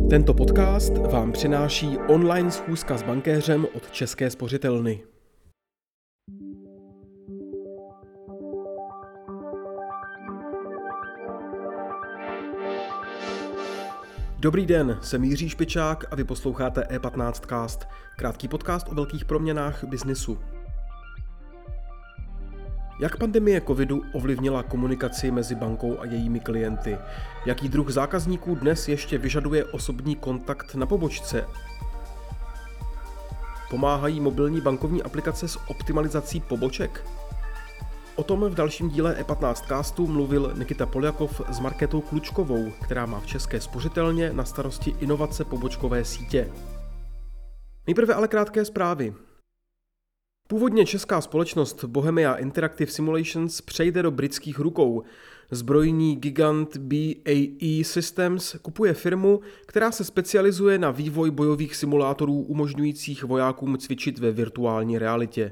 Tento podcast vám přináší online schůzka s bankéřem od České spořitelny. Dobrý den, jsem Jiří Špičák a vy posloucháte E15cast, krátký podcast o velkých proměnách biznisu. Jak pandemie covidu ovlivnila komunikaci mezi bankou a jejími klienty? Jaký druh zákazníků dnes ještě vyžaduje osobní kontakt na pobočce? Pomáhají mobilní bankovní aplikace s optimalizací poboček? O tom v dalším díle E15castu mluvil Nikita Poljakov s Markétou Klučkovou, která má v České spořitelně na starosti inovace pobočkové sítě. Nejprve ale krátké zprávy. Původně česká společnost Bohemia Interactive Simulations přejde do britských rukou. Zbrojní gigant BAE Systems kupuje firmu, která se specializuje na vývoj bojových simulátorů umožňujících vojákům cvičit ve virtuální realitě.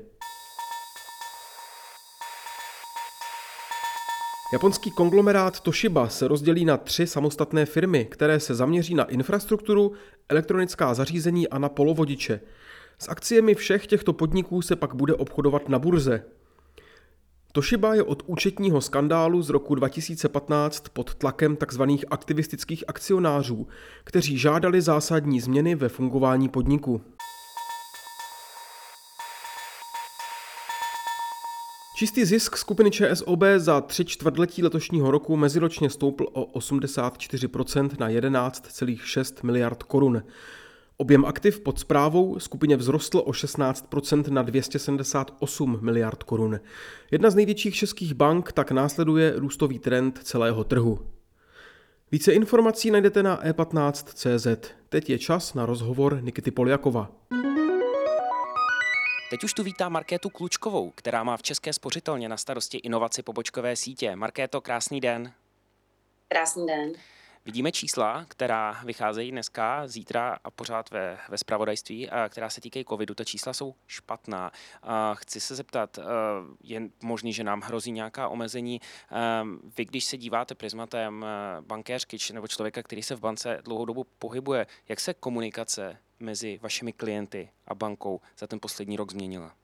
Japonský konglomerát Toshiba se rozdělí na 3 samostatné firmy, které se zaměří na infrastrukturu, elektronická zařízení a na polovodiče. S akciemi všech těchto podniků se pak bude obchodovat na burze. Toshiba je od účetního skandálu z roku 2015 pod tlakem tzv. Aktivistických akcionářů, kteří žádali zásadní změny ve fungování podniku. Čistý zisk skupiny ČSOB za 3 čtvrtletí letošního roku meziročně stoupl o 84% na 11,6 miliard korun. Objem aktiv pod správou skupině vzrostl o 16% na 278 miliard korun. Jedna z největších českých bank tak následuje růstový trend celého trhu. Více informací najdete na e15.cz. Teď je čas na rozhovor Nikity Poljakova. Teď už tu vítá Markétu Klučkovou, která má v České spořitelně na starosti inovaci pobočkové sítě. Markéto, krásný den. Krásný den. Vidíme čísla, která vycházejí dneska, zítra a pořád ve zpravodajství, a která se týkají covidu. Ta čísla jsou špatná. Chci se zeptat, je možný, že nám hrozí nějaká omezení? Vy, když se díváte prismatem bankéřky nebo člověka, který se v bance dlouhou dobu pohybuje, jak se komunikace mezi vašimi klienty a bankou za ten poslední rok změnila?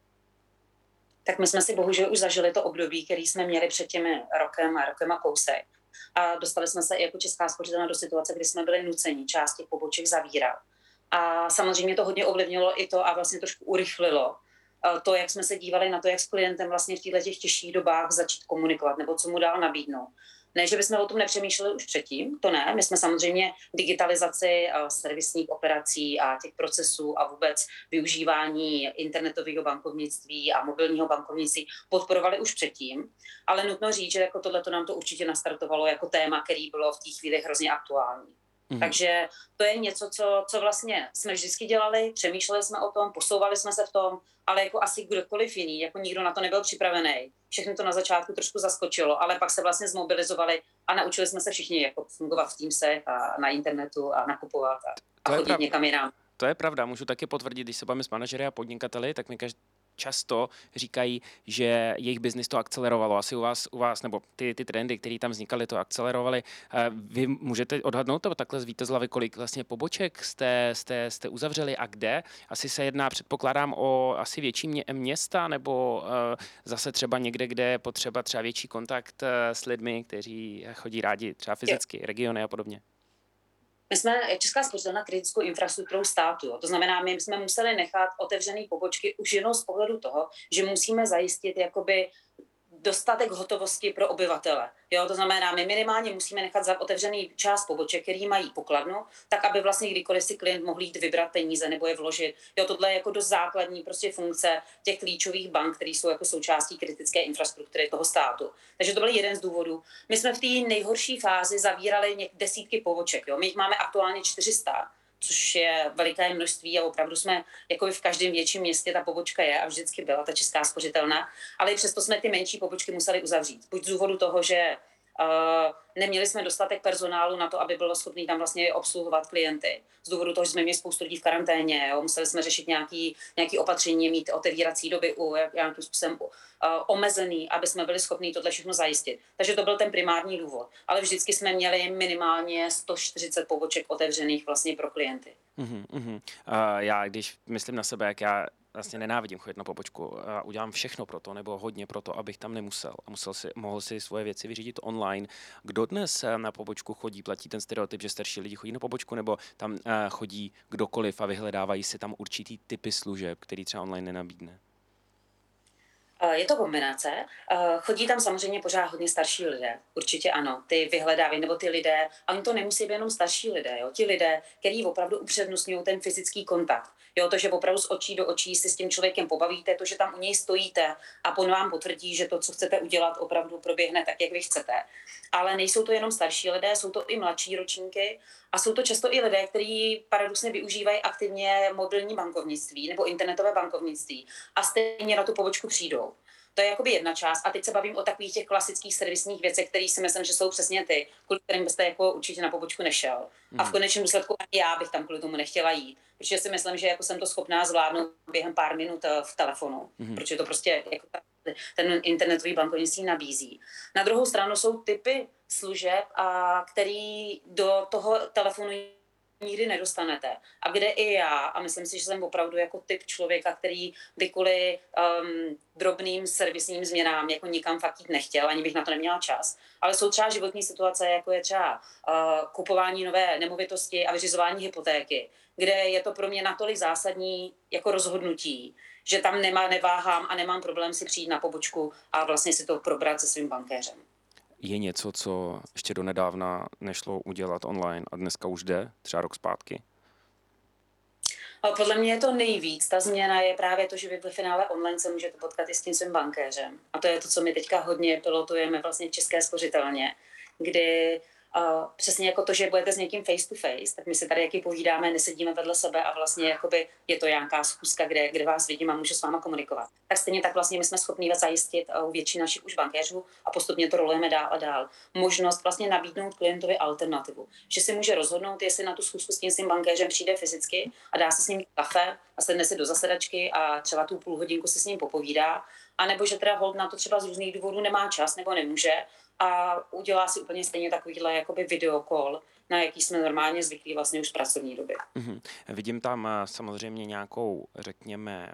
Tak my jsme si bohužel už zažili to období, který jsme měli před těmi rokem a kousek. A dostali jsme se i jako Česká spořitelna do situace, kdy jsme byli nuceni část těch poboček zavírat. A samozřejmě to hodně ovlivnilo i to a vlastně trošku urychlilo to, jak jsme se dívali na to, jak s klientem vlastně v těchto těžších dobách začít komunikovat nebo co mu dál nabídnout. Ne, že bychom o tom nepřemýšleli už předtím, to ne. My jsme samozřejmě digitalizaci servisních operací a těch procesů a vůbec využívání internetového bankovnictví a mobilního bankovnictví podporovali už předtím, ale nutno říct, že jako tohleto nám to určitě nastartovalo jako téma, který bylo v těch chvílích hrozně aktuální. Takže to je něco, co vlastně jsme vždycky dělali, přemýšleli jsme o tom, posouvali jsme se v tom, ale jako asi kdokoliv jiný, jako nikdo na to nebyl připravený. Všechno to na začátku trošku zaskočilo, ale pak se vlastně zmobilizovali a naučili jsme se všichni jako fungovat v Teamsech a na internetu a nakupovat a chodit někam jinam. To je pravda, můžu taky potvrdit, když se bavíme s manažery a podnikateli, tak mi často říkají, že jejich biznis to akcelerovalo. Asi u vás nebo ty trendy, které tam vznikaly, to akcelerovaly. Vy můžete odhadnout to takhle z vítězlavy, kolik vlastně poboček jste uzavřeli a kde? Asi se jedná, předpokládám, o asi větší města nebo zase třeba někde, kde je potřeba třeba větší kontakt s lidmi, kteří chodí rádi třeba fyzicky, regiony a podobně. My jsme Česká spořitelna kritickou infrastrukturou státu. Jo. To znamená, my jsme museli nechat otevřené pobočky už jenom z pohledu toho, že musíme zajistit jakoby dostatek hotovosti pro obyvatele. Jo, to znamená, my minimálně musíme nechat za otevřený část poboček, který mají pokladnu, tak aby vlastně kdykoliv si klient mohl jít vybrat peníze nebo je vložit. Jo, tohle je jako dost základní prostě funkce těch klíčových bank, které jsou jako součástí kritické infrastruktury toho státu. Takže to byl jeden z důvodů. My jsme v té nejhorší fázi zavírali desítky poboček. Jo. My jich máme aktuálně 400. Což je veliké množství a opravdu jsme, jako v každém větším městě ta pobočka je a vždycky byla ta Česká spořitelna, ale i přesto jsme ty menší pobočky museli uzavřít. Buď z důvodu toho, že Neměli jsme dostatek personálu na to, aby bylo schopný tam vlastně obsluhovat klienty. Z důvodu toho, že jsme měli spoustu lidí v karanténě, jo. Museli jsme řešit nějaký opatření, mít otevírací doby nějakým způsobem omezený, aby jsme byli schopni tohle všechno zajistit. Takže to byl ten primární důvod. Ale vždycky jsme měli minimálně 140 poboček otevřených vlastně pro klienty. Já, když myslím na sebe, jak já vlastně nenávidím chodit na pobočku a udělám všechno pro to, nebo hodně pro to, abych tam nemusel a mohl si svoje věci vyřídit online. Kdo dnes na pobočku chodí, platí ten stereotyp, že starší lidi chodí na pobočku, nebo tam chodí kdokoliv a vyhledávají si tam určitý typy služeb, který třeba online nenabídne? Je to kombinace. Chodí tam samozřejmě pořád hodně starší lidé. Určitě ano. Ty vyhledávají, nebo ty lidé, a oni to nemusí být jenom starší lidé, jo? Ti lidé, kteří opravdu upřednostňují ten fyzický kontakt. Jo, to, že opravdu z očí do očí si s tím člověkem pobavíte, to, že tam u něj stojíte a on vám potvrdí, že to, co chcete udělat, opravdu proběhne tak, jak vy chcete. Ale nejsou to jenom starší lidé, jsou to i mladší ročníky a jsou to často i lidé, kteří paradoxně využívají aktivně mobilní bankovnictví nebo internetové bankovnictví a stejně na tu pobočku přijdou. To je jakoby jedna část. A teď se bavím o takových těch klasických servisních věcech, které si myslím, že jsou přesně ty, kvůli kterým byste jako určitě na pobočku nešel. A v konečném důsledku ani já bych tam kvůli tomu nechtěla jít. Protože si myslím, že jako jsem to schopná zvládnout během pár minut v telefonu. Protože to prostě jako ten internetový bankovnictví nabízí. Na druhou stranu jsou typy služeb, který do toho telefonu nikdy nedostanete. A kde i já, a myslím si, že jsem opravdu jako typ člověka, který by kvůli drobným servisním změnám jako nikam fakt jít nechtěl, ani bych na to neměla čas. Ale jsou třeba životní situace, jako je třeba kupování nové nemovitosti a vyřizování hypotéky, kde je to pro mě natolik zásadní jako rozhodnutí, že tam neváhám a nemám problém si přijít na pobočku a vlastně si to probrat se svým bankéřem. Je něco, co ještě donedávna nešlo udělat online a dneska už jde, třeba rok zpátky? Podle mě je to nejvíc. Ta změna je právě to, že vy ve finále online se můžete potkat i s tím svým bankéřem. A to je to, co my teďka hodně pilotujeme vlastně v České spořitelně, kdy přesně jako to, že budete s někým face to face, tak my se tady jaký povídáme, nesedíme vedle sebe a vlastně jakoby je to nějaká schůzka, kde vás vidím a můžu s váma komunikovat. Tak stejně tak vlastně my jsme schopni zajistit u většiny našich už bankéřů a postupně to rolujeme dál a dál. Možnost vlastně nabídnout klientovi alternativu, že si může rozhodnout, jestli na tu schůzku s tím svým bankéřem přijde fyzicky a dá se s ním kafe a sedne si do zasedačky a třeba tu půl hodinku si s ním popovídá, anebo že teda hold na to třeba z různých důvodů nemá čas nebo nemůže a udělá si úplně stejně takovýhle jakoby videokol, na jaký jsme normálně zvyklí vlastně už z pracovní doby. Vidím tam samozřejmě nějakou, řekněme,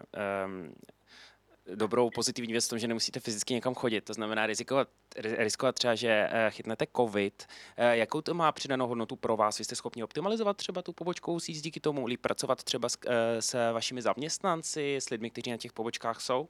dobrou pozitivní věc v tom, že nemusíte fyzicky někam chodit. To znamená riskovat třeba, že chytnete covid. Jakou to má přidanou hodnotu pro vás? Vy jste schopni optimalizovat třeba tu pobočkovou síť díky tomu? Líp pracovat třeba s vašimi zaměstnanci, s lidmi, kteří na těch pobočkách jsou?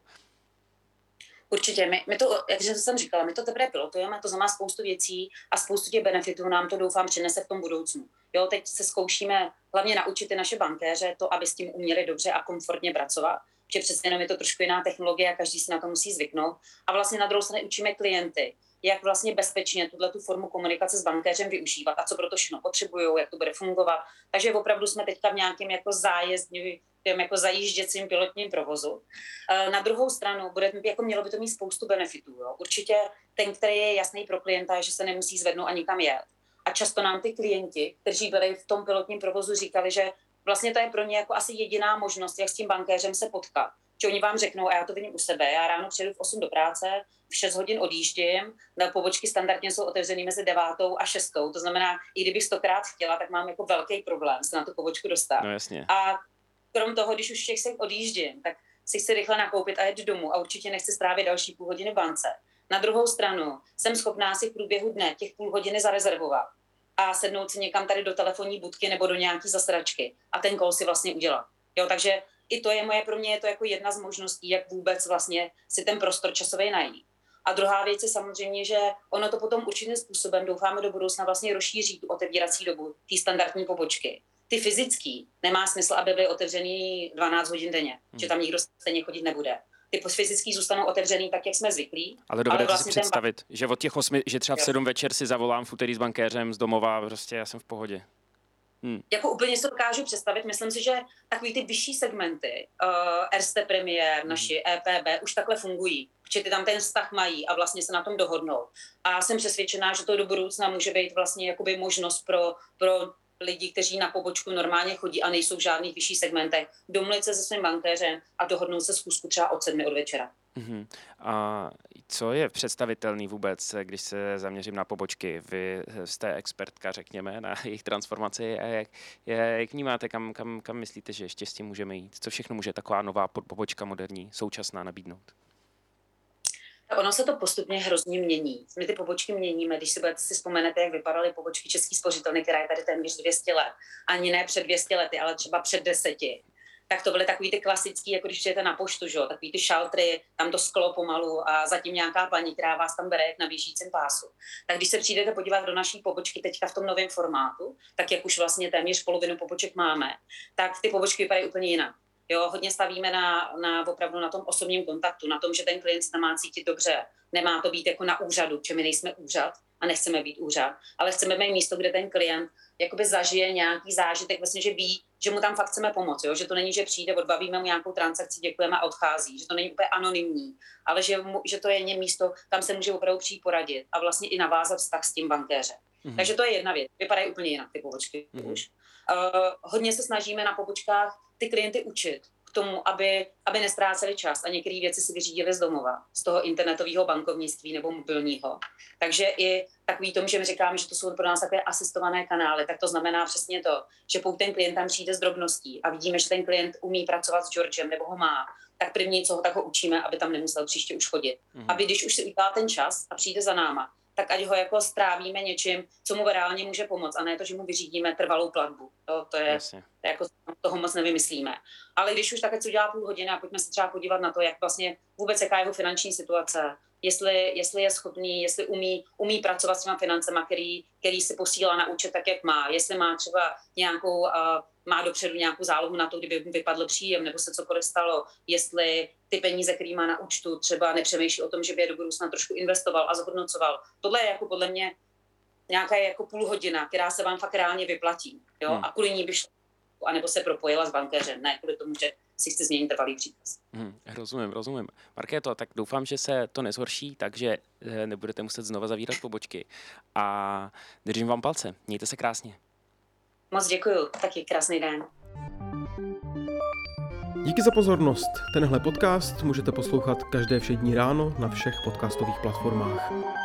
Určitě, my to, jak jsem říkala, my to teprve pilotujeme, to znamená spoustu věcí a spoustu těch benefitů nám to doufám přinese v tom budoucnu. Jo, teď se zkoušíme hlavně naučit ty naše bankéře to, aby s tím uměli dobře a komfortně pracovat, protože přesně jenom je to trošku jiná technologie a každý si na to musí zvyknout. A vlastně na druhou stranu učíme klienty, jak vlastně bezpečně tu formu komunikace s bankéřem využívat a co pro to všechno potřebují, jak to bude fungovat. Takže opravdu jsme teďka v nějakém jako zájezdní, jako zajížděcím pilotním provozu. Na druhou stranu mělo by to mít spoustu benefitů. Jo. Určitě ten, který je jasný pro klienta, je, že se nemusí zvednout a nikam jet. A často nám ty klienti, kteří byli v tom pilotním provozu, říkali, že vlastně to je pro ně jako asi jediná možnost, jak s tím bankéřem se potkat. Že oni vám řeknou, a já to vidím u sebe, já ráno přijedu v 8 do práce, v 6 hodin odjíždím, na pobočky standardně jsou otevřený mezi 9 a 6. To znamená, i kdybych 100krát chtěla, tak mám jako velký problém se na tu pobočku dostat. No jasně. A krom toho, když už všech se odjíždím, tak si chci rychle nakoupit a jet domů a určitě nechci strávit další půl hodiny v bance. Na druhou stranu jsem schopná si v průběhu dne těch půl hodiny zarezervovat a sednout si někam tady do telefonní budky nebo do nějaký zasedačky a ten call si vlastně udělat. Jo, takže i to je pro mě je to jako jedna z možností, jak vůbec vlastně si ten prostor časový najít. A druhá věc je samozřejmě, že ono to potom určitým způsobem, doufáme do budoucna, vlastně rozšíří tu otevírací dobu, ty standardní pobočky. Ty fyzický nemá smysl, aby byly otevřený 12 hodin denně, že tam nikdo stejně chodit nebude. Ty fyzický zůstanou otevřený tak, jak jsme zvyklí. Ale dovedete vlastně si představit, že od těch 8, že třeba v 7 večer si zavolám v úterý s bankéřem z domova, prostě já jsem v pohodě. Jako úplně se dokážu představit, myslím si, že takový ty vyšší segmenty, Erste Premier, naši EPB, už takhle fungují. protože ty tam ten vztah mají a vlastně se na tom dohodnou. A jsem přesvědčená, že to do budoucna může být vlastně jakoby možnost pro lidi, kteří na pobočku normálně chodí a nejsou v žádných vyšších segmentech, domluvit se se svým bankéřem a dohodnout se schůzku třeba od 7 od večera. A co je představitelný vůbec, když se zaměřím na pobočky? Vy jste expertka, řekněme, na jejich transformaci. A jak vnímáte, kam myslíte, že ještě s tím můžeme jít? Co všechno může taková nová pobočka moderní, současná nabídnout? Ono se to postupně hrozně mění. My ty pobočky měníme, když si vzpomenete, jak vypadaly pobočky České spořitelny, která je tady téměř 200 let. Ani ne před 200 lety, ale třeba před 10. Tak to byly takový ty klasický, jako když přijete na poštu, že? Takový ty šaltry, tam to sklo pomalu a zatím nějaká paní, která vás tam bere jak na běžícím pásu. Tak když se přijdete podívat do naší pobočky teďka v tom novém formátu, tak jak už vlastně téměř polovinu poboček máme, tak ty pobočky vypadají úplně jinak. Jo, hodně stavíme opravdu na tom osobním kontaktu, na tom, že ten klient se tam má cítit dobře. Nemá to být jako na úřadu, protože my nejsme úřad a nechceme být úřad, ale chceme mít místo, kde ten klient jakoby zažije nějaký zážitek, vlastně, že ví, že mu tam fakt chceme pomoct, jo? Že to není, že přijde, odbavíme mu nějakou transakci, děkujeme a odchází, že to není úplně anonymní, ale že to je místo, kam se může opravdu přijít poradit a vlastně i navázat vztah s tím bankéřem. Takže to je jedna věc. Vypadají úplně jinak ty pobočky už. Hodně se snažíme na pobočkách ty klienty učit k tomu, aby nestráceli čas a některé věci si vyřídili z domova, z toho internetového bankovnictví nebo mobilního. Takže i takový tomu, že my říkáme, že to jsou pro nás takové asistované kanály, tak to znamená přesně to, že pokud ten klient tam přijde s drobností a vidíme, že ten klient umí pracovat s Georgem nebo ho má, tak první, co ho tak ho učíme, aby tam nemusel příště už chodit. Aby když už si udělá ten čas a přijde za náma, tak ať ho jako strávíme něčím, co mu reálně může pomoct, a ne to, že mu vyřídíme trvalou platbu. To je jako toho moc nevymyslíme. Ale když už tak, ať se udělá půl hodiny a pojďme se třeba podívat na to, jak vlastně vůbec jaká je jeho finanční situace, jestli je schopný, jestli umí pracovat s těma financema, který si posílá na účet tak, jak má, jestli má třeba má dopředu nějakou zálohu na to, kdyby mu vypadl příjem nebo se cokoliv stalo, jestli ty peníze, které má na účtu, třeba nepřemýšlí o tom, že by je do budoucna trošku investoval a zhodnocoval. Tohle je jako podle mě nějaká jako půl hodina, která se vám fakt reálně vyplatí. Jo? A kvůli ní by šla, anebo se propojila s bankéřem, ne kvůli tomu, že si chce změnit trvalý příkaz. Rozumím. Markéto, tak doufám, že se to nezhorší, takže nebudete muset znova zavírat pobočky. A držím vám palce. Mějte se krásně. Moc děkuju, taky krásný den. Díky za pozornost. Tenhle podcast můžete poslouchat každé všední ráno na všech podcastových platformách.